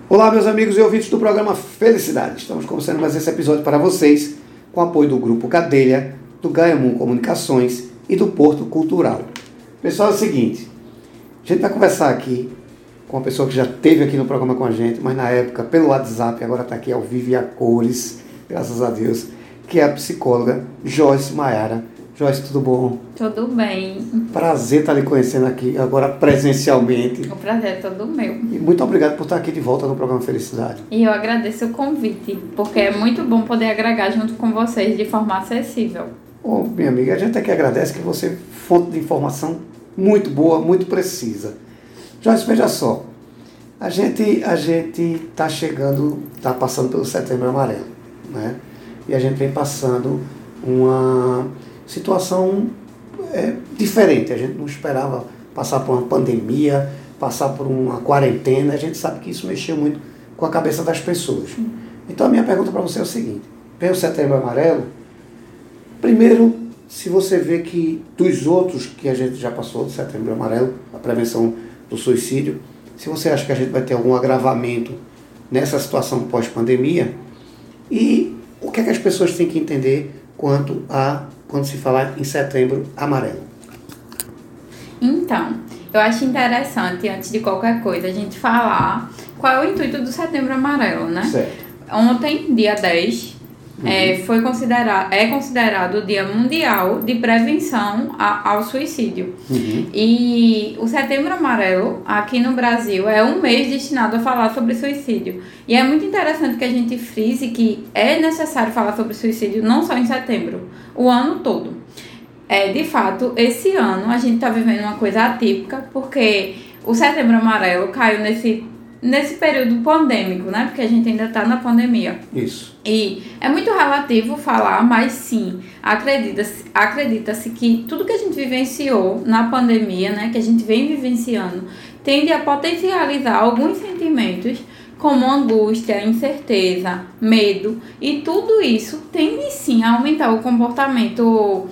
Olá, meus amigos e ouvintes do programa Felicidade. Estamos começando mais esse episódio para vocês, com apoio do Grupo Cadeia, do Gaiamun Comunicações e do Porto Cultural. Pessoal, é o seguinte, a gente vai conversar aqui com uma pessoa que já esteve aqui no programa com a gente, mas na época pelo WhatsApp, agora está aqui ao vivo e a cores, graças a Deus, que é a psicóloga Joyce Maiara. Joyce, tudo bom? Tudo bem. Prazer estar lhe conhecendo aqui, agora presencialmente. O prazer é todo meu. E muito obrigado por estar aqui de volta no programa Felicidade. E eu agradeço o convite, porque é muito bom poder agregar junto com vocês de forma acessível. Ô, minha amiga, a gente aqui agradece que você é fonte de informação muito boa, muito precisa. Joyce, veja só, a gente está chegando, está passando pelo Setembro Amarelo, né? E a gente vem passando uma situação diferente. A gente não esperava passar por uma pandemia, passar por uma quarentena. A gente sabe que isso mexeu muito com a cabeça das pessoas. Então a minha pergunta para você é o seguinte: vem o Setembro Amarelo, primeiro, se você vê que dos outros que a gente já passou do Setembro Amarelo, a prevenção do suicídio, se você acha que a gente vai ter algum agravamento nessa situação pós-pandemia, e o que é que as pessoas têm que entender quando se falar em Setembro Amarelo? Então, eu acho interessante, antes de qualquer coisa, a gente falar qual é o intuito do Setembro Amarelo, né? Certo. Ontem, dia 10, é considerado o Dia Mundial de Prevenção ao Suicídio. E o Setembro Amarelo, aqui no Brasil, é um mês destinado a falar sobre suicídio. E é muito interessante que a gente frise que é necessário falar sobre suicídio não só em setembro, o ano todo. De fato, esse ano a gente está vivendo uma coisa atípica, porque o Setembro Amarelo caiu nesse período pandêmico, né? Porque a gente ainda está na pandemia. Isso. E é muito relativo falar, mas sim, acredita-se que tudo que a gente vivenciou na pandemia, né? Que a gente vem vivenciando, tende a potencializar alguns sentimentos, como angústia, incerteza, medo, e tudo isso tende sim a aumentar o comportamento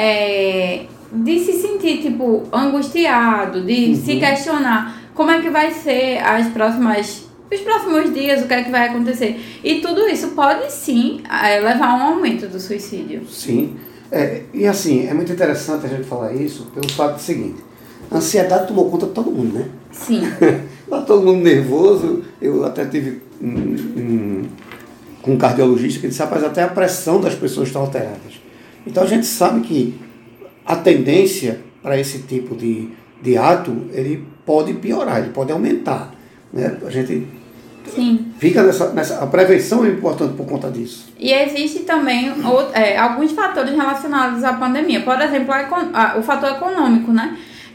de se sentir, angustiado, de se questionar como é que vai ser os próximos dias, o que é que vai acontecer. E tudo isso pode sim levar a um aumento do suicídio. Sim. E assim, é muito interessante a gente falar isso pelo fato seguinte: a ansiedade tomou conta de todo mundo, né? Sim. Tá todo mundo nervoso. Eu até tive com um cardiologista que disse, rapaz, até a pressão das pessoas está alterada. Então a gente sabe que a tendência para esse tipo de ato, ele pode piorar, ele pode aumentar, né? A gente fica a prevenção é importante por conta disso. E existe também alguns fatores relacionados à pandemia. Por exemplo, o fator econômico, né?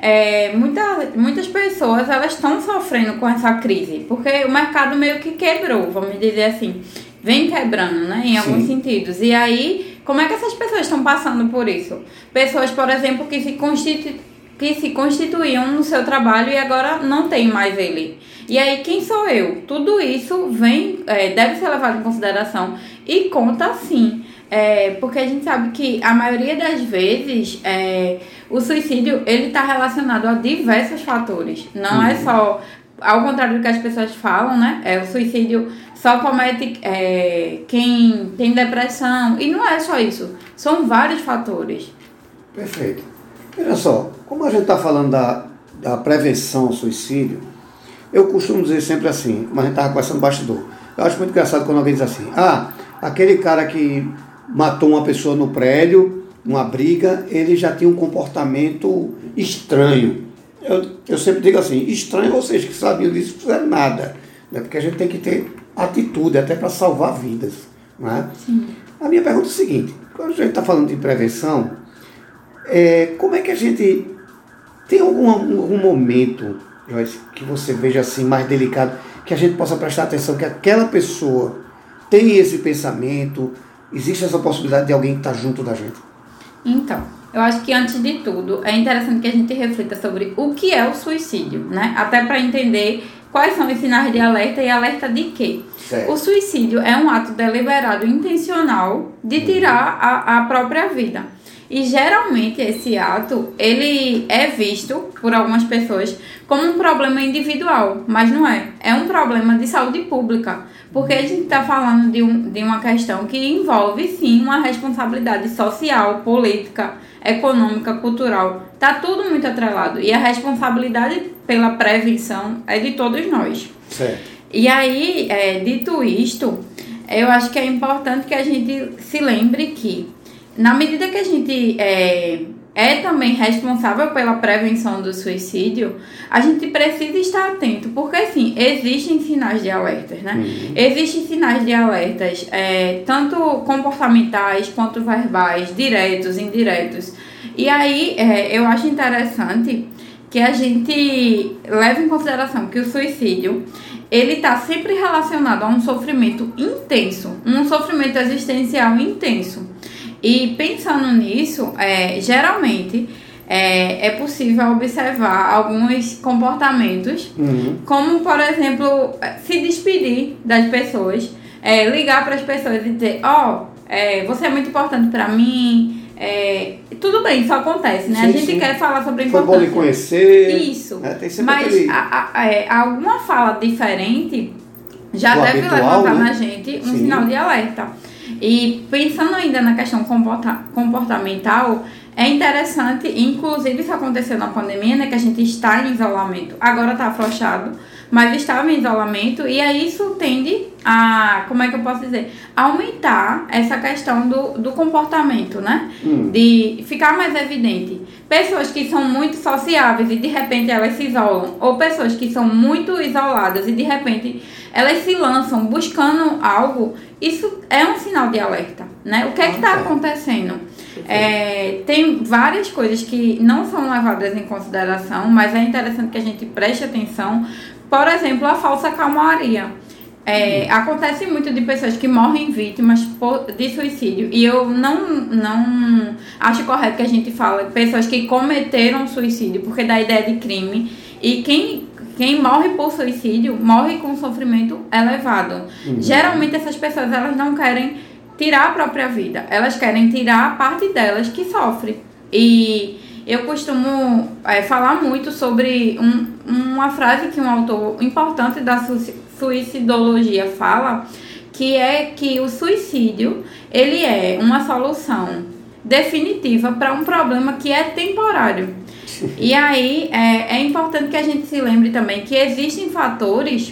Muitas pessoas elas estão sofrendo com essa crise, porque o mercado meio que quebrou, vamos dizer assim, vem quebrando, né? Em alguns sentidos. E aí, como é que essas pessoas estão passando por isso? Pessoas, por exemplo, que se constituíam no seu trabalho e agora não tem mais ele. E aí, quem sou eu? Tudo isso deve ser levado em consideração e conta sim. Porque a gente sabe que a maioria das vezes o suicídio ele está relacionado a diversos fatores. Não é só, ao contrário do que as pessoas falam, né? O suicídio só comete quem tem depressão. E não é só isso. São vários fatores. Perfeito. Olha só, como a gente está falando da prevenção ao suicídio, eu costumo dizer sempre assim, como a gente estava conversando no bastidor. Eu acho muito engraçado quando alguém diz assim, aquele cara que matou uma pessoa no prédio, numa briga, ele já tinha um comportamento estranho. Eu sempre digo assim, estranho vocês que sabiam disso, não fizeram nada. Né? Porque a gente tem que ter atitude até para salvar vidas. Né? A minha pergunta é a seguinte, quando a gente está falando de prevenção, como é que a gente... Tem algum momento, Joyce, que você veja assim mais delicado, que a gente possa prestar atenção que aquela pessoa tem esse pensamento, existe essa possibilidade de alguém que está junto da gente? Então, eu acho que antes de tudo é interessante que a gente reflita sobre o que é o suicídio, né? Até para entender quais são os sinais de alerta e alerta de quê. Certo. O suicídio é um ato deliberado e intencional de tirar a própria vida. E geralmente esse ato, ele é visto por algumas pessoas como um problema individual, mas não é. É um problema de saúde pública, porque a gente está falando de uma questão que envolve, sim, uma responsabilidade social, política, econômica, cultural. Está tudo muito atrelado. E a responsabilidade pela prevenção é de todos nós. Certo. E aí, dito isto, eu acho que é importante que a gente se lembre que, na medida que a gente é também responsável pela prevenção do suicídio, a gente precisa estar atento, porque assim, existem sinais de alertas, né? Existem sinais de alertas, tanto comportamentais quanto verbais, diretos, indiretos. E aí, eu acho interessante que a gente leve em consideração que o suicídio, ele está sempre relacionado a um sofrimento intenso, um sofrimento existencial intenso. E pensando nisso, geralmente é possível observar alguns comportamentos, como, por exemplo, se despedir das pessoas, ligar para as pessoas e dizer, você é muito importante para mim. Tudo bem, isso acontece, né? Sim, a gente sim. quer falar sobre a Foi importância. bom lhe conhecer. Isso. Tem sempre mas alguma fala diferente já do deve habitual, levantar né? na gente um Sim. sinal de alerta. E pensando ainda na questão comportamental, é interessante, inclusive isso aconteceu na pandemia, né, que a gente está em isolamento, agora está afrouxado, mas estava em isolamento, e aí isso tende a, como é que eu posso dizer, aumentar essa questão do comportamento, né, de ficar mais evidente. Pessoas que são muito sociáveis e de repente elas se isolam, ou pessoas que são muito isoladas e de repente elas se lançam buscando algo, isso é um sinal de alerta, né? O que é que está acontecendo? Tem várias coisas que não são levadas em consideração, mas é interessante que a gente preste atenção. Por exemplo, a falsa calmaria. Acontece muito de pessoas que morrem vítimas de suicídio. E eu não acho correto que a gente fale pessoas que cometeram suicídio, porque dá ideia de crime. E quem morre por suicídio morre com sofrimento elevado. Geralmente essas pessoas elas não querem tirar a própria vida, elas querem tirar a parte delas que sofre. E eu costumo falar muito sobre uma frase que um autor importante da suicidologia fala, que é que o suicídio ele é uma solução definitiva para um problema que é temporário. E aí é importante que a gente se lembre também que existem fatores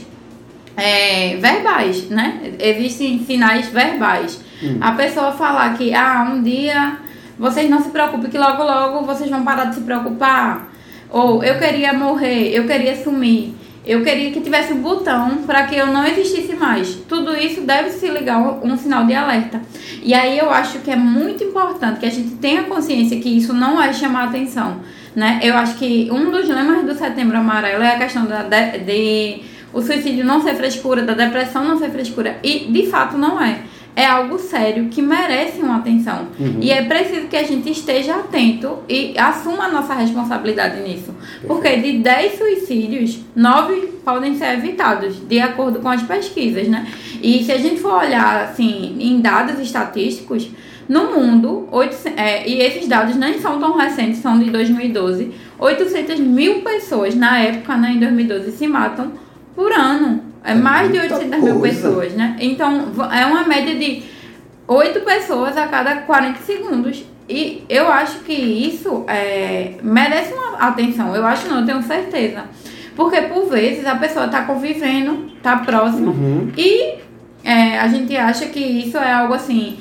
verbais, né? Existem sinais verbais. A pessoa falar que um dia vocês não se preocupem que logo logo vocês vão parar de se preocupar, ou eu queria morrer, eu queria sumir, eu queria que tivesse um botão para que eu não existisse mais. Tudo isso deve se ligar um sinal de alerta. E aí eu acho que é muito importante que a gente tenha consciência que isso não é chamar atenção, né? Eu acho que um dos lemas do Setembro Amarelo é a questão de o suicídio não ser frescura, da depressão não ser frescura. E de fato não é. É algo sério que merece uma atenção. E é preciso que a gente esteja atento e assuma a nossa responsabilidade nisso. Porque de 10 suicídios, 9 podem ser evitados, de acordo com as pesquisas, né? E se a gente for olhar assim, em dados estatísticos, no mundo, e esses dados nem são tão recentes, são de 2012, 800 mil pessoas na época, né, em 2012, se matam por ano. Mais de 800 mil pessoas, né? Então, é uma média de 8 pessoas a cada 40 segundos. E eu acho que isso merece uma atenção. Eu acho não, eu tenho certeza. Porque, por vezes, a pessoa está convivendo, está próxima. E a gente acha que isso é algo assim,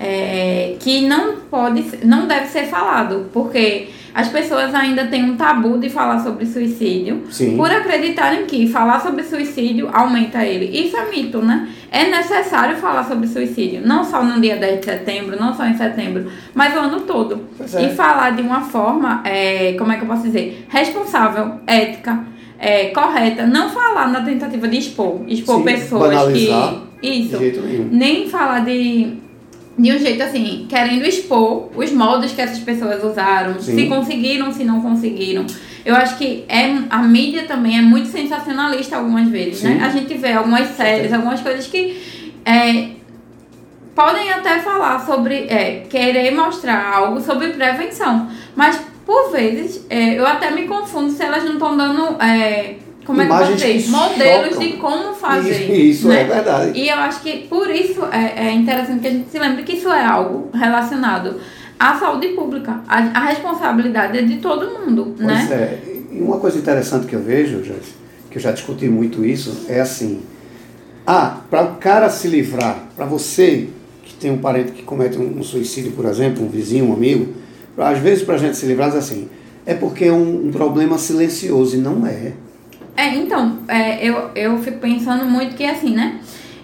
que não deve ser falado. Porque as pessoas ainda têm um tabu de falar sobre suicídio. Sim. Por acreditarem que falar sobre suicídio aumenta ele. Isso é mito, né? É necessário falar sobre suicídio. Não só no dia 10 de setembro, não só em setembro, mas o ano todo. E falar de uma forma, como é que eu posso dizer? Responsável, ética, correta. Não falar na tentativa de expor Sim, pessoas banalizar, que... Isso. De jeito nenhum. Nem falar de um jeito assim, querendo expor os moldes que essas pessoas usaram, Sim. se conseguiram, se não conseguiram. Eu acho que a mídia também é muito sensacionalista algumas vezes, Sim. né? A gente vê algumas séries, algumas coisas que podem até falar sobre, querer mostrar algo sobre prevenção, mas por vezes eu até me confundo se elas não estão dando, como imagens é que eu posso dizer? Modelos chocam. de como fazer. Isso né? é verdade. E eu acho que por isso é interessante que a gente se lembre que isso é algo relacionado à saúde pública. A responsabilidade é de todo mundo, Pois né? é. E uma coisa interessante que eu vejo, Joyce, que eu já discuti muito isso, é assim, para o cara se livrar, para você que tem um parente que comete um suicídio, por exemplo, um vizinho, um amigo, às vezes para a gente se livrar, assim, é porque é um problema silencioso, e não é. Então, eu fico pensando muito que assim, né?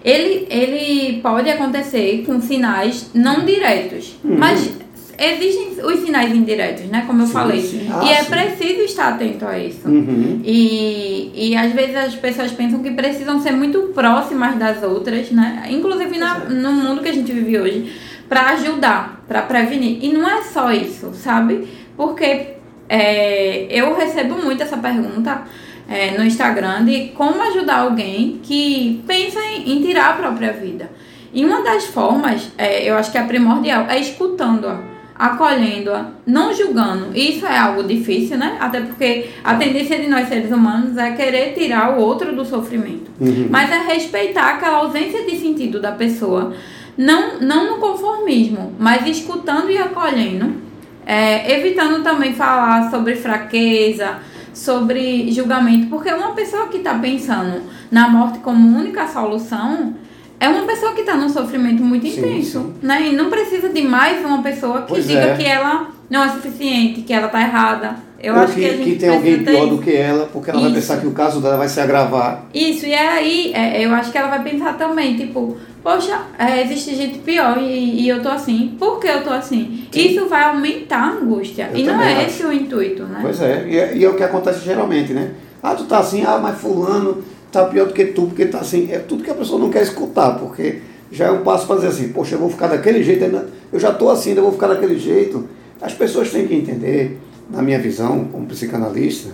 Ele pode acontecer com sinais não diretos, mas existem os sinais indiretos, né? Como eu falei. Sim. E é Sim. preciso estar atento a isso. Uhum. E às vezes as pessoas pensam que precisam ser muito próximas das outras, né? Inclusive no mundo que a gente vive hoje, para ajudar, para prevenir. E não é só isso, sabe? Porque eu recebo muito essa pergunta no Instagram de como ajudar alguém que pensa em tirar a própria vida. E uma das formas, eu acho que a primordial, é escutando-a, acolhendo-a, não julgando. E isso é algo difícil, né? Até porque a tendência de nós seres humanos é querer tirar o outro do sofrimento. Mas é respeitar aquela ausência de sentido da pessoa, não no conformismo, mas escutando e acolhendo, evitando também falar sobre fraqueza, sobre julgamento, porque uma pessoa que está pensando na morte como única solução é uma pessoa que está num sofrimento muito intenso, né? E não precisa de mais uma pessoa que diga que ela não é suficiente, que ela está errada. Eu acho que a gente tem alguém pior do que ela, porque ela vai pensar que o caso dela vai se agravar. Isso, e aí eu acho que ela vai pensar também, tipo, poxa, existe gente pior e eu tô assim, por que eu tô assim? Sim. Isso vai aumentar a angústia, e não é esse o intuito, né? Pois é, e é o que acontece geralmente, né? Tu tá assim, mas fulano tá pior do que tu, porque tá assim. É tudo que a pessoa não quer escutar, porque já é um passo para dizer assim, poxa, eu vou ficar daquele jeito, eu já tô assim, ainda vou ficar daquele jeito. As pessoas têm que entender, na minha visão, como psicanalista,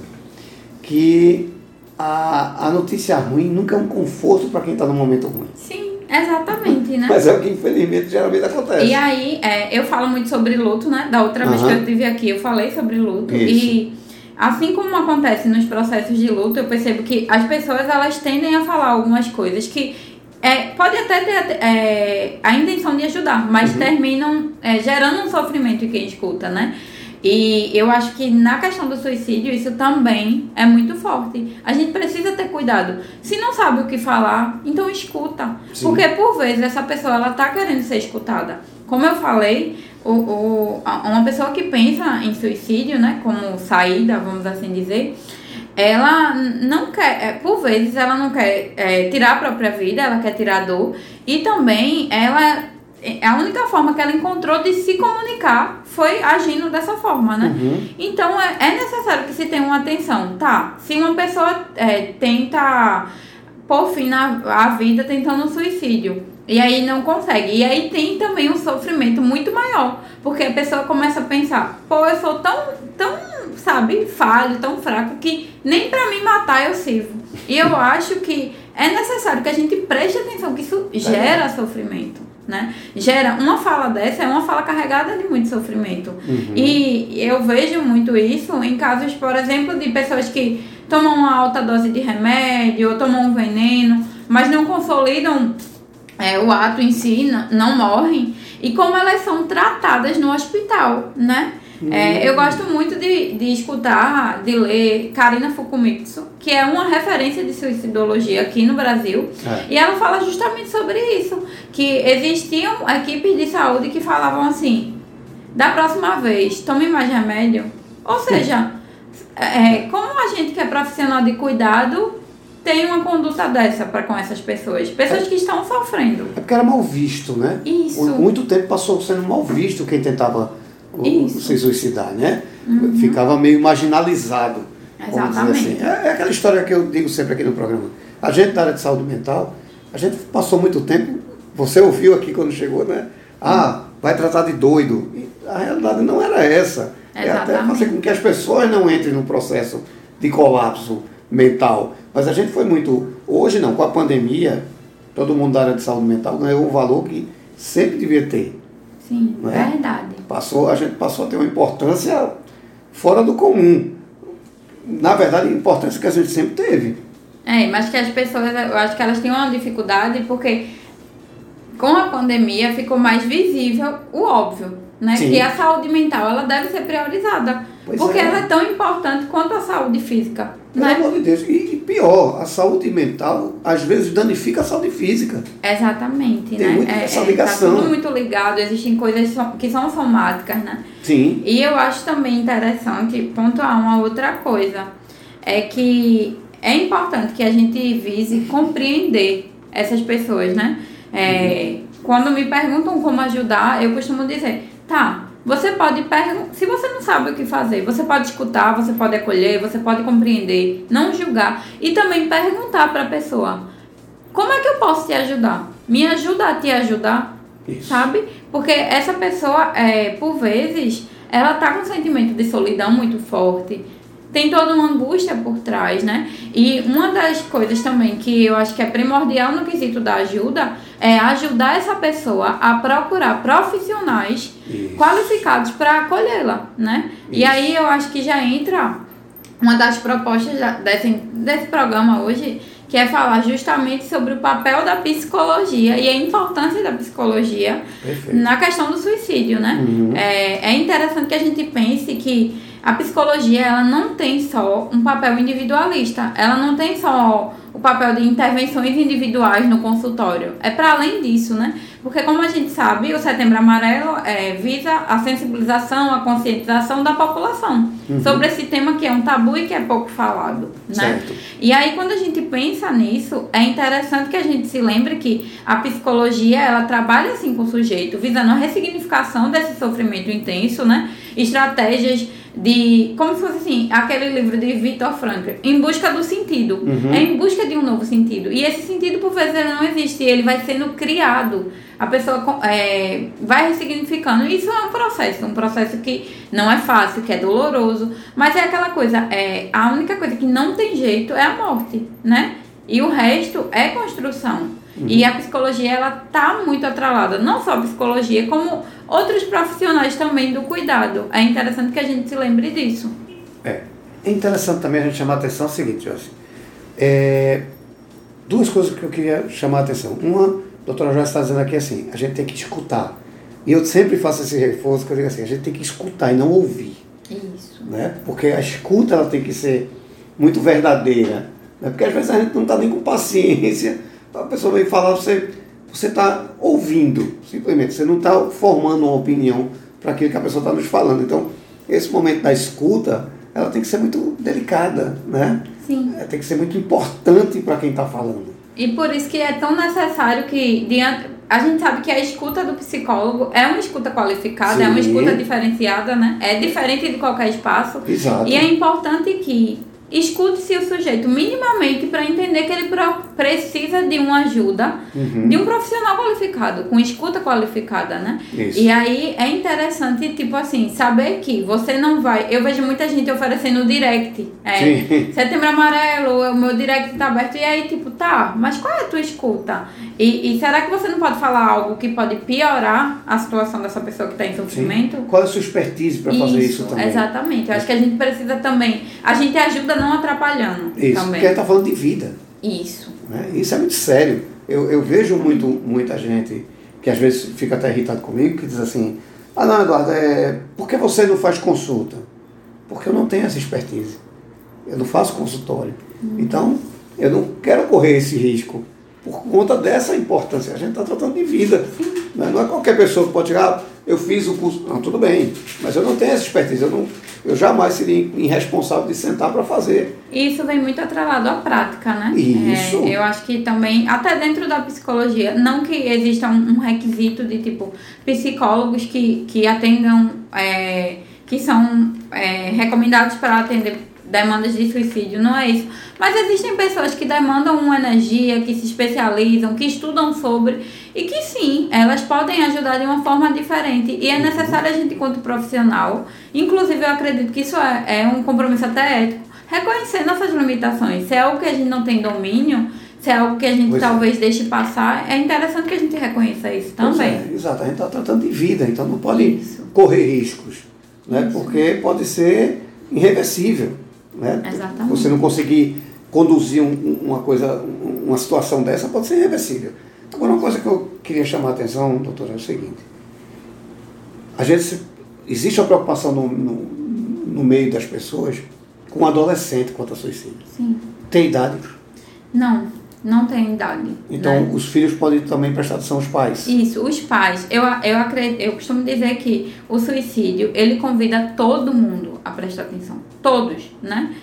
que a notícia ruim nunca é um conforto para quem está num momento ruim. Sim, exatamente, né? Mas é o que infelizmente geralmente acontece. E aí, eu falo muito sobre luto, né? Da outra vez que eu estive aqui, eu falei sobre luto. Isso. E assim como acontece nos processos de luto, eu percebo que as pessoas, elas tendem a falar algumas coisas que pode até ter a intenção de ajudar, mas terminam gerando um sofrimento em quem escuta, né? E eu acho que na questão do suicídio isso também é muito forte. A gente precisa ter cuidado. Se não sabe o que falar, então escuta. Sim. Porque por vezes essa pessoa ela tá querendo ser escutada. Como eu falei, uma pessoa que pensa em suicídio, né, como saída, vamos assim dizer, ela não quer, por vezes ela não quer tirar a própria vida, ela quer tirar a dor. E também a única forma que ela encontrou de se comunicar foi agindo dessa forma, né? Então, é necessário que se tenha uma atenção. Tá, se uma pessoa tenta pôr fim à vida tentando um suicídio, e aí não consegue, e aí tem também um sofrimento muito maior, porque a pessoa começa a pensar, pô, eu sou tão, sabe, falho, tão fraco, que nem pra me matar eu sirvo. E eu acho que é necessário que a gente preste atenção, que isso gera sofrimento. Né? Gera uma fala dessa, é uma fala carregada de muito sofrimento. E eu vejo muito isso em casos, por exemplo, de pessoas que tomam uma alta dose de remédio ou tomam um veneno, mas não consolidam o ato em si, não morrem, e como elas são tratadas no hospital, né? Eu gosto muito de escutar, de ler Karina Fukumitsu, que é uma referência de suicidologia aqui no Brasil, e ela fala justamente sobre isso, que existiam equipes de saúde que falavam assim, da próxima vez, tome mais remédio. Ou seja, como a gente que é profissional de cuidado tem uma conduta dessa para com essas pessoas que estão sofrendo. É porque era mal visto, né? Isso. Por muito tempo passou sendo mal visto quem tentava se suicidar, né? Ficava meio marginalizado. Exatamente. Dizer assim. É aquela história que eu digo sempre aqui no programa. A gente da área de saúde mental, a gente passou muito tempo, você ouviu aqui quando chegou, né? Vai tratar de doido. E a realidade não era essa. Exatamente. É até fazer com que as pessoas não entrem num processo de colapso mental. Mas a gente foi muito... Hoje não, com a pandemia, todo mundo da área de saúde mental ganhou um valor que sempre devia ter. Sim, né? Verdade. A gente passou a ter uma importância fora do comum. Na verdade, a importância que a gente sempre teve. Mas que as pessoas, eu acho que elas têm uma dificuldade porque com a pandemia ficou mais visível o óbvio, né? Sim. Que a saúde mental, ela deve ser priorizada. Pois porque é. ela é tão importante quanto a saúde física, Pelo né? amor de Deus. E pior, a saúde mental às vezes danifica a saúde física. Exatamente, Tem né? muito essa ligação. Tá tudo muito ligado, existem coisas que são somáticas, né? Sim. E eu acho também interessante pontuar uma outra coisa. É que é importante que a gente vise compreender essas pessoas, né? Quando me perguntam como ajudar, eu costumo dizer, tá, você pode perguntar, se você não sabe o que fazer, você pode escutar, você pode acolher, você pode compreender, não julgar e também perguntar para a pessoa, como é que eu posso te ajudar? Me ajuda a te ajudar, Isso. sabe? Porque essa pessoa, por vezes, ela tá com um sentimento de solidão muito forte, tem toda uma angústia por trás, né? E uma das coisas também que eu acho que é primordial no quesito da ajuda é ajudar essa pessoa a procurar profissionais qualificados para acolhê-la, né? E aí eu acho que já entra uma das propostas desse programa hoje, que é falar justamente sobre o papel da psicologia e a importância da psicologia na questão do suicídio, né? Uhum. É interessante que a gente pense que a psicologia, ela não tem só um papel individualista, ela não tem só o papel de intervenções individuais no consultório, é para além disso, né? Porque como a gente sabe, o Setembro Amarelo visa a sensibilização, a conscientização da população sobre esse tema que é um tabu e que é pouco falado, né? Certo. E aí quando a gente pensa nisso, é interessante que a gente se lembre que a psicologia, ela trabalha assim com o sujeito, visando a ressignificação desse sofrimento intenso, né? Estratégias de, como se fosse assim, aquele livro de Viktor Frankl, Em Busca do Sentido. É em busca de um novo sentido. E esse sentido, por vezes, ele não existe, ele vai sendo criado. A pessoa vai ressignificando. Isso é um processo que não é fácil, que é doloroso, mas é aquela coisa, a única coisa que não tem jeito é a morte, né? E o resto é construção. E a psicologia, ela tá muito atrelada, não só a psicologia, como outros profissionais também do cuidado. É interessante que a gente se lembre disso. É interessante também a gente chamar a atenção é o seguinte, Joyce. Duas coisas que eu queria chamar a atenção. Uma, a doutora Joyce está dizendo aqui assim, a gente tem que escutar. E eu sempre faço esse reforço, que eu digo assim, a gente tem que escutar e não ouvir. Isso. Né? Porque a escuta, ela tem que ser muito verdadeira. Né? Porque às vezes a gente não está nem com paciência. A pessoa vem falar, você está ouvindo, simplesmente. Você não está formando uma opinião para aquilo que a pessoa está nos falando. Então, esse momento da escuta, ela tem que ser muito delicada, né? Sim. Tem que ser muito importante para quem está falando. E por isso que é tão necessário que a gente sabe que a escuta do psicólogo é uma escuta qualificada, Sim. É uma escuta diferenciada, né? É diferente de qualquer espaço. Exato. E é importante que escute-se o sujeito minimamente para entender que ele precisa de uma ajuda de um profissional qualificado, com escuta qualificada, né? Isso. E aí é interessante, tipo assim, saber que você não vai... Eu vejo muita gente oferecendo direct. Setembro Amarelo, o meu direct tá aberto. E aí, tipo, tá, mas qual é a tua escuta? E será que você não pode falar algo que pode piorar a situação dessa pessoa que está em sofrimento? Sim. Qual é a sua expertise para fazer isso também? Exatamente. Eu acho que a gente precisa também... A gente ajuda não atrapalhando. Isso, também. porque está falando de vida. Isso. Né? Isso é muito sério. Eu vejo muita gente que às vezes fica até irritado comigo, que diz assim, não, Eduardo, por que você não faz consulta? Porque eu não tenho essa expertise. Eu não faço consultório. Então, eu não quero correr esse risco por conta dessa importância. A gente está tratando de vida. Né? Não é qualquer pessoa que pode chegar, eu fiz o curso. Não, tudo bem, mas eu não tenho essa expertise. Eu jamais seria irresponsável de sentar para fazer. Isso vem muito atrelado à prática, né? Isso. Eu acho que também, até dentro da psicologia, não que exista um requisito de, tipo, psicólogos que atendam, que são recomendados para atender demandas de suicídio, não é isso. Mas existem pessoas que demandam uma energia, que se especializam, que estudam sobre e que sim, elas podem ajudar de uma forma diferente. E é necessário a gente, enquanto profissional, inclusive eu acredito que isso é um compromisso até ético, reconhecer nossas limitações. Se é algo que a gente não tem domínio, se é algo que a gente Pois talvez deixe passar, é interessante que a gente reconheça isso também. Exato, a gente está tratando de vida, então não pode Isso. correr riscos, né? Isso. Porque pode ser irreversível, né? Exatamente. Você não conseguir conduzir uma situação dessa pode ser irreversível. Agora, uma coisa que eu queria chamar a atenção, doutora, é o seguinte: existe uma preocupação no meio das pessoas com o adolescente quanto a suicídio. Sim. Tem idade? Não tem idade. Então, né? os filhos podem também prestar atenção aos pais. Isso, os pais. Eu costumo dizer que o suicídio, ele convida todo mundo a prestar atenção. Todos, né?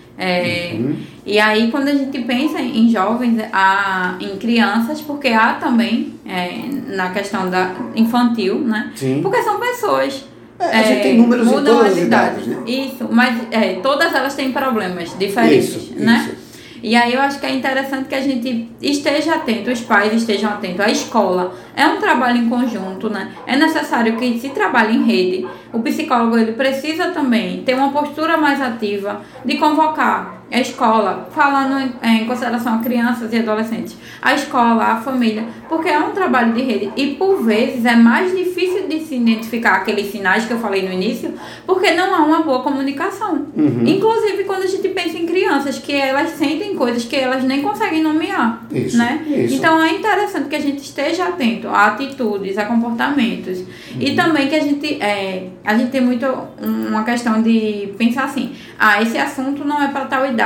E aí, quando a gente pensa em jovens, em crianças, porque há também na questão da infantil, né? Sim. Porque são pessoas. A gente tem números em mudam todas as as idades, né? Isso, mas todas elas têm problemas diferentes, né? Isso. E aí eu acho que é interessante que a gente esteja atento, os pais estejam atentos, a escola é um trabalho em conjunto, né? É necessário que se trabalhe em rede, o psicólogo ele precisa também ter uma postura mais ativa de convocar a escola, falando em consideração a crianças e adolescentes, a escola, a família, porque é um trabalho de rede e por vezes é mais difícil de se identificar aqueles sinais que eu falei no início, porque não há uma boa comunicação. Inclusive quando a gente pensa em crianças, que elas sentem coisas que elas nem conseguem nomear, né? Isso. Então é interessante que a gente esteja atento a atitudes, a comportamentos e também que a gente tem muito uma questão de pensar assim, esse assunto não é para tal idade.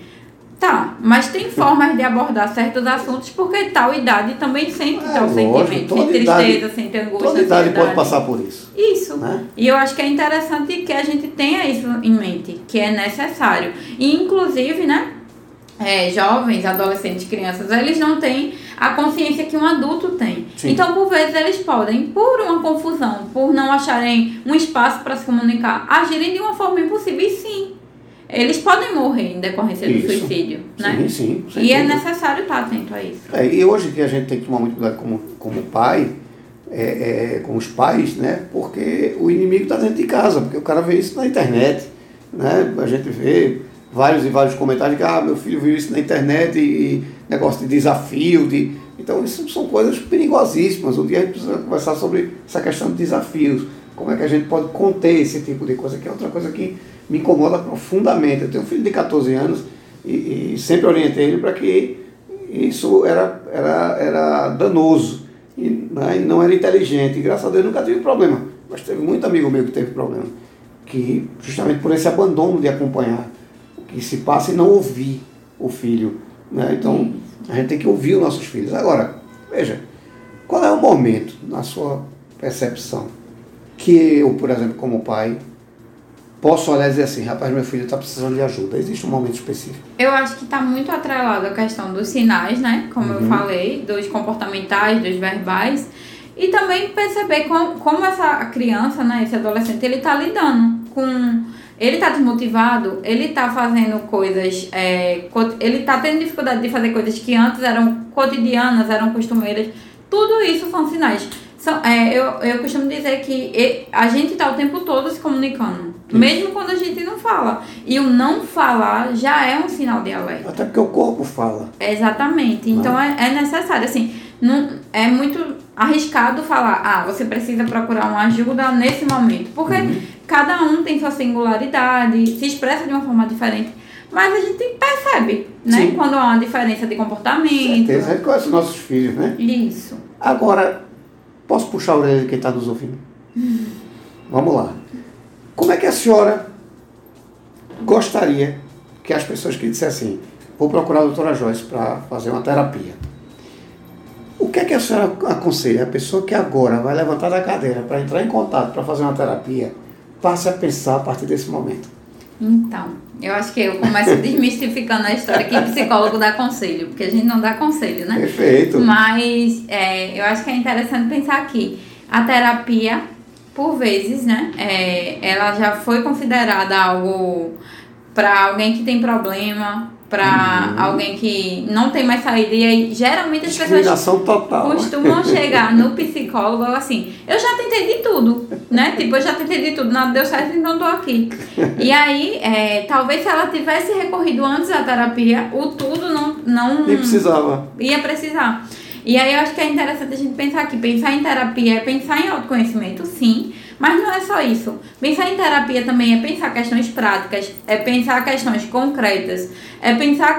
Tá, mas tem formas de abordar certos assuntos porque tal idade também sente tal sentimento, sente tristeza, sente angústia. Toda idade pode passar por isso. Isso. Né? E eu acho que é interessante que a gente tenha isso em mente, que é necessário. E inclusive, né, jovens, adolescentes, crianças, eles não têm a consciência que um adulto tem. Sim. Então, por vezes, eles podem, por uma confusão, por não acharem um espaço para se comunicar, agirem de uma forma impossível. E sim, eles podem morrer em decorrência do suicídio, né? Sim. E é necessário estar atento a isso. E hoje que a gente tem que tomar muito cuidado como pai, com os pais, né? Porque o inimigo está dentro de casa, porque o cara vê isso na internet, né? A gente vê vários e vários comentários que meu filho viu isso na internet e negócio de desafio, então isso são coisas perigosíssimas. Um dia a gente precisa conversar sobre essa questão de desafios, como é que a gente pode conter esse tipo de coisa, que é outra coisa que me incomoda profundamente. Eu tenho um filho de 14 anos e sempre orientei ele para que isso era danoso e não era inteligente. E graças a Deus nunca tive problema, mas teve muito amigo meu que teve problema, que justamente por esse abandono de acompanhar o que se passa e não ouvir o filho, né? Então a gente tem que ouvir os nossos filhos. Agora, veja, qual é o momento, na sua percepção, que eu, por exemplo, como pai, posso olhar e dizer assim, rapaz, meu filho está precisando de ajuda? Existe um momento específico? Eu acho que está muito atrelado a questão dos sinais, né? Como eu falei, dos comportamentais, dos verbais. E também perceber como essa criança, né, esse adolescente, ele está lidando com... Ele está desmotivado, ele está fazendo coisas... ele está tendo dificuldade de fazer coisas que antes eram cotidianas, eram costumeiras. Tudo isso são sinais. Eu costumo dizer que a gente está o tempo todo se comunicando, mesmo quando a gente não fala. E o não falar já é um sinal de alerta. Até porque o corpo fala. Exatamente. Então é necessário, assim, não, é muito arriscado falar, você precisa procurar uma ajuda nesse momento. Porque cada um tem sua singularidade, se expressa de uma forma diferente. Mas a gente percebe, né? Sim. Quando há uma diferença de comportamento. Certeza, a gente conhece os nossos filhos, né? Isso. Agora, posso puxar a orelha de quem está nos ouvindo? Vamos lá. Como é que a senhora gostaria que as pessoas que dissessem, vou procurar a doutora Joyce para fazer uma terapia? O que é que a senhora aconselha? A pessoa que agora vai levantar da cadeira para entrar em contato para fazer uma terapia, passe a pensar a partir desse momento. Então, eu acho que eu começo desmistificando a história que psicólogo dá conselho, porque a gente não dá conselho, né? Perfeito. Mas eu acho que é interessante pensar aqui, a terapia, por vezes, né, ela já foi considerada algo para alguém que tem problema, para alguém que não tem mais saída. E aí, geralmente as pessoas total. costumam chegar no psicólogo assim, eu já tentei de tudo, né? Tipo, eu já tentei de tudo, nada deu certo, então tô aqui. E aí, talvez se ela tivesse recorrido antes à terapia, o tudo não nem precisava. Ia precisar. E aí eu acho que é interessante a gente pensar que pensar em terapia é pensar em autoconhecimento, sim, mas não é só isso. Pensar em terapia também é pensar questões práticas, é pensar questões concretas, é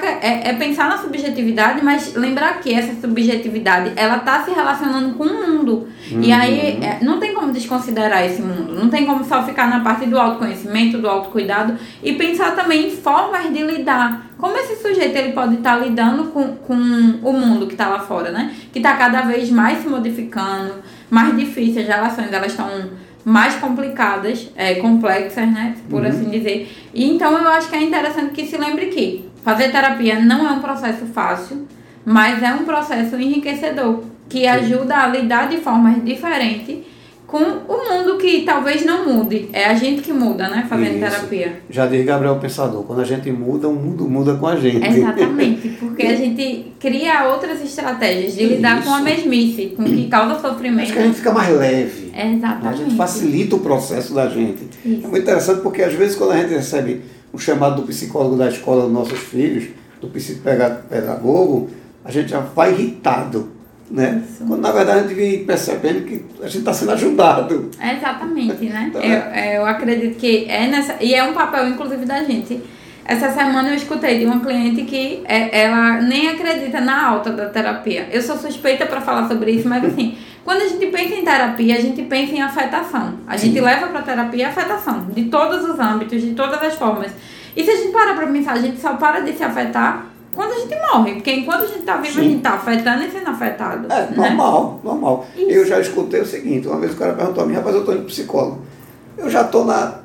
pensar na subjetividade, mas lembrar que essa subjetividade, ela tá se relacionando com o mundo. E aí não tem como desconsiderar esse mundo, não tem como só ficar na parte do autoconhecimento, do autocuidado e pensar também em formas de lidar. Como esse sujeito ele pode estar lidando com o mundo que está lá fora, né? Que está cada vez mais se modificando, mais difícil, as relações elas estão mais complicadas, complexas, né? Por assim dizer. E então eu acho que é interessante que se lembre que fazer terapia não é um processo fácil, mas é um processo enriquecedor, que ajuda a lidar de formas diferentes com o mundo que talvez não mude. É a gente que muda, né? Fazendo terapia. Já diz Gabriel Pensador, quando a gente muda, o mundo muda com a gente. Exatamente, porque a gente cria outras estratégias de lidar com a mesmice, com o que causa sofrimento. Acho que a gente fica mais leve. Exatamente. A gente facilita o processo da gente. Isso. É muito interessante porque às vezes quando a gente recebe o chamado do psicólogo da escola dos nossos filhos, do psicopedagogo, a gente já vai irritado. Né? Quando na verdade a gente devia ir percebendo que a gente está sendo ajudado. Exatamente, né? Então, eu acredito que e é um papel inclusive da gente. Essa semana eu escutei de uma cliente que ela nem acredita na alta da terapia. Eu sou suspeita para falar sobre isso, mas assim, quando a gente pensa em terapia, a gente pensa em afetação. A gente leva para terapia a afetação, de todos os âmbitos, de todas as formas. E se a gente parar para pensar, a gente só para de se afetar quando a gente morre, porque enquanto a gente está vivo, a gente está afetando e sendo afetado. É, né? Normal. Isso. Eu já escutei o seguinte, uma vez o cara perguntou a mim, rapaz, eu estou indo pro psicólogo. Eu já estou na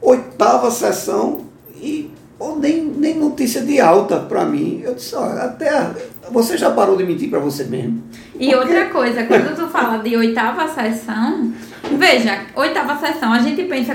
8ª sessão e nem notícia de alta para mim. Eu disse, olha, até você já parou de mentir para você mesmo. E outra coisa, quando tu fala de 8ª sessão, veja, 8ª sessão, a gente pensa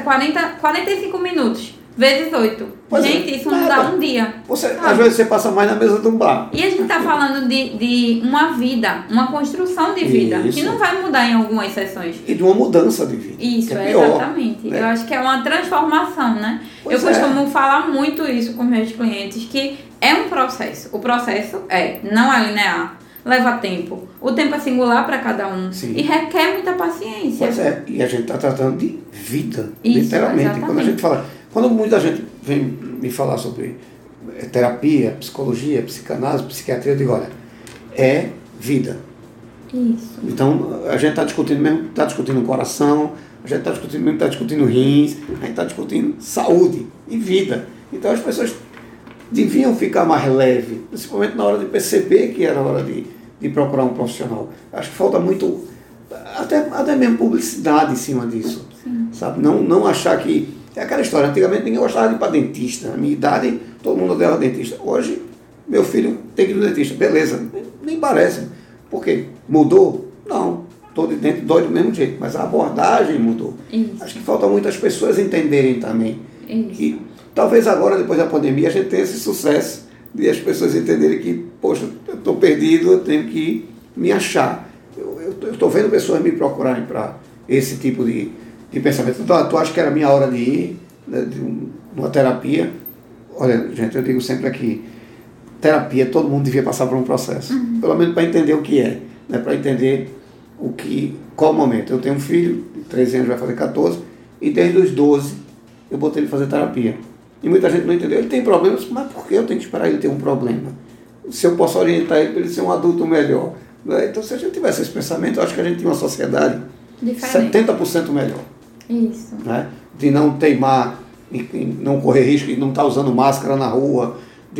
45 minutos. Vezes 8. Gente, isso não dá um dia. Às vezes você passa mais na mesa do bar. E a gente está falando de uma vida, uma construção de vida, que não vai mudar em algumas sessões. E de uma mudança de vida. Isso, exatamente. Né? Eu acho que é uma transformação, né? Eu costumo falar muito isso com meus clientes, que é um processo. O processo não é linear. Leva tempo. O tempo é singular para cada um. Sim. E requer muita paciência. Pois é. E a gente está tratando de vida, isso, literalmente. Exatamente. Quando a gente fala... Quando muita gente vem me falar sobre terapia, psicologia, psicanálise, psiquiatria, eu digo, olha, é vida. Isso. Então, a gente está discutindo mesmo, está discutindo o coração, a gente está discutindo mesmo, está discutindo rins, a gente está discutindo saúde e vida. Então, as pessoas deviam ficar mais leves, principalmente na hora de perceber que era hora de procurar um profissional. Acho que falta muito, até mesmo publicidade em cima disso. Sim. Sabe? Não achar que... É aquela história, antigamente ninguém gostava de ir para dentista. Na minha idade, todo mundo odeia dentista. Hoje, meu filho tem que ir no dentista. Beleza, nem parece. Por quê? Mudou? Não. Todo dente dói do mesmo jeito, mas a abordagem mudou. Isso. Acho que falta muitas pessoas entenderem também. Isso. Que talvez agora, depois da pandemia, a gente tenha esse sucesso de as pessoas entenderem que, poxa, eu estou perdido, eu tenho que me achar. Eu estou vendo pessoas me procurarem para esse tipo de pensamento. Então, tu acha que era a minha hora de ir, né, de uma terapia? Olha, gente, eu digo sempre aqui, terapia, todo mundo devia passar por um processo. Pelo menos para entender o que é, né, para entender qual o momento. Eu tenho um filho, de 13 anos, vai fazer 14, e desde os 12 eu botei ele fazer terapia. E muita gente não entendeu. Ele tem problemas, mas por que eu tenho que esperar ele ter um problema? Se eu posso orientar ele para ele ser um adulto melhor. Né? Então, se a gente tivesse esse pensamento, eu acho que a gente tinha uma sociedade diferente. 70% melhor. Isso. Né? De não teimar, de não correr risco, de não estar usando máscara na rua,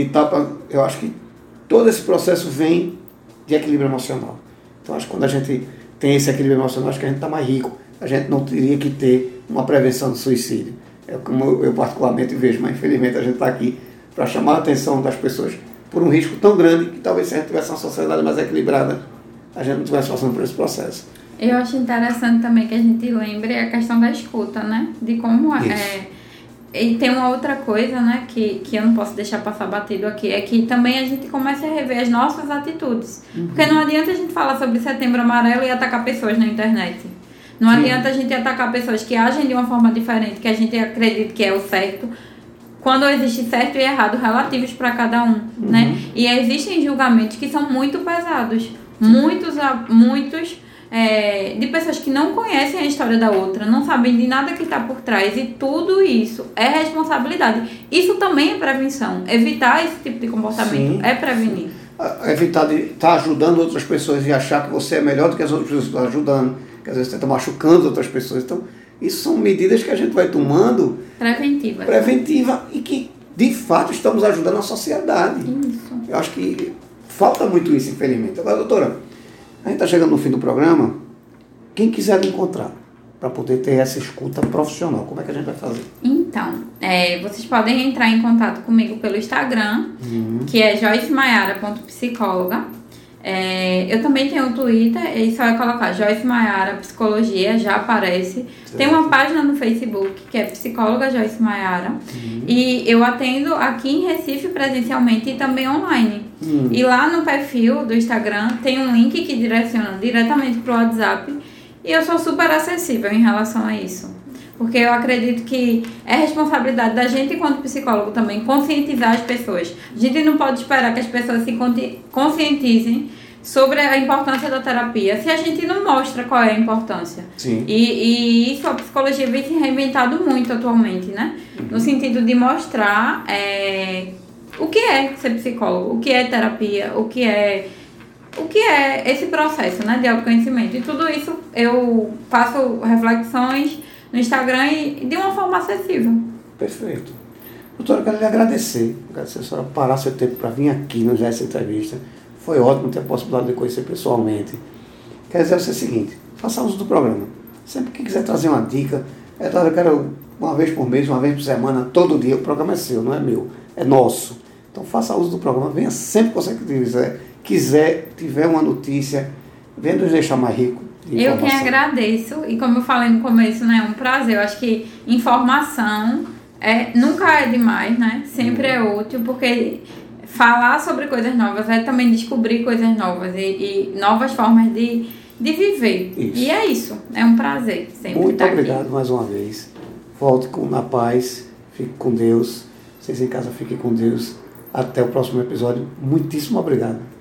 eu acho que todo esse processo vem de equilíbrio emocional. Então acho que quando a gente tem esse equilíbrio emocional, acho que a gente está mais rico. A gente não teria que ter uma prevenção do suicídio. É como eu particularmente vejo, mas infelizmente a gente está aqui para chamar a atenção das pessoas por um risco tão grande que talvez se a gente tivesse uma sociedade mais equilibrada, a gente não estivesse passando por esse processo. Eu acho interessante também que a gente lembre a questão da escuta, né? De como E tem uma outra coisa, né, que eu não posso deixar passar batido aqui, é que também a gente começa a rever as nossas atitudes. Porque não adianta a gente falar sobre Setembro Amarelo e atacar pessoas na internet. Não adianta a gente atacar pessoas que agem de uma forma diferente, que a gente acredita que é o certo, quando existe certo e errado relativos para cada um, né? E existem julgamentos que são muito pesados. Muitos de pessoas que não conhecem a história da outra, não sabem de nada que está por trás, e tudo isso é responsabilidade. Isso também é prevenção. Evitar esse tipo de comportamento é prevenir. Evitar de estar ajudando outras pessoas e achar que você é melhor do que as outras pessoas que estão ajudando, que às vezes você está machucando outras pessoas. Então, isso são medidas que a gente vai tomando preventiva e que, de fato, estamos ajudando a sociedade. Isso. Eu acho que falta muito isso, infelizmente. Agora, doutora, a gente está chegando no fim do programa. Quem quiser me encontrar para poder ter essa escuta profissional, como é que a gente vai fazer? Então, vocês podem entrar em contato comigo pelo Instagram, que é joycemaiara.psicóloga. Eu também tenho o Twitter, e só é colocar Joyce Maiara Psicologia, já aparece. Certo. Tem uma página no Facebook que é Psicóloga Joyce Maiara. E eu atendo aqui em Recife presencialmente e também online. E lá no perfil do Instagram tem um link que direciona diretamente para o WhatsApp. E eu sou super acessível em relação a isso. Porque eu acredito que é responsabilidade da gente, enquanto psicólogo também, conscientizar as pessoas. A gente não pode esperar que as pessoas se conscientizem sobre a importância da terapia se a gente não mostra qual é a importância. Sim. E isso a psicologia vem se reinventado muito atualmente, né? No sentido de mostrar o que é ser psicólogo, o que é terapia, o que é esse processo, né, de autoconhecimento. E tudo isso eu faço reflexões no Instagram e de uma forma acessível. Perfeito. Doutora, eu quero lhe agradecer. Agradecer a senhora parar seu tempo para vir aqui nos essa entrevista. Foi ótimo ter a possibilidade de conhecer pessoalmente. Quer dizer o seguinte, faça uso do programa. Sempre que quiser trazer uma dica, eu quero uma vez por mês, uma vez por semana, todo dia. O programa é seu, não é meu, é nosso. Então faça uso do programa, venha sempre que você quiser, tiver uma notícia, venha nos deixar mais rico. Eu quem agradeço, e como eu falei no começo, né, é um prazer. Eu acho que informação nunca é demais, né? Sempre é útil, porque falar sobre coisas novas é também descobrir coisas novas e novas formas de viver. Isso. E é isso, é um prazer sempre Muito estar obrigado aqui. Mais uma vez. Volte na paz, fique com Deus. Vocês em casa fiquem com Deus. Até o próximo episódio. Muitíssimo obrigado.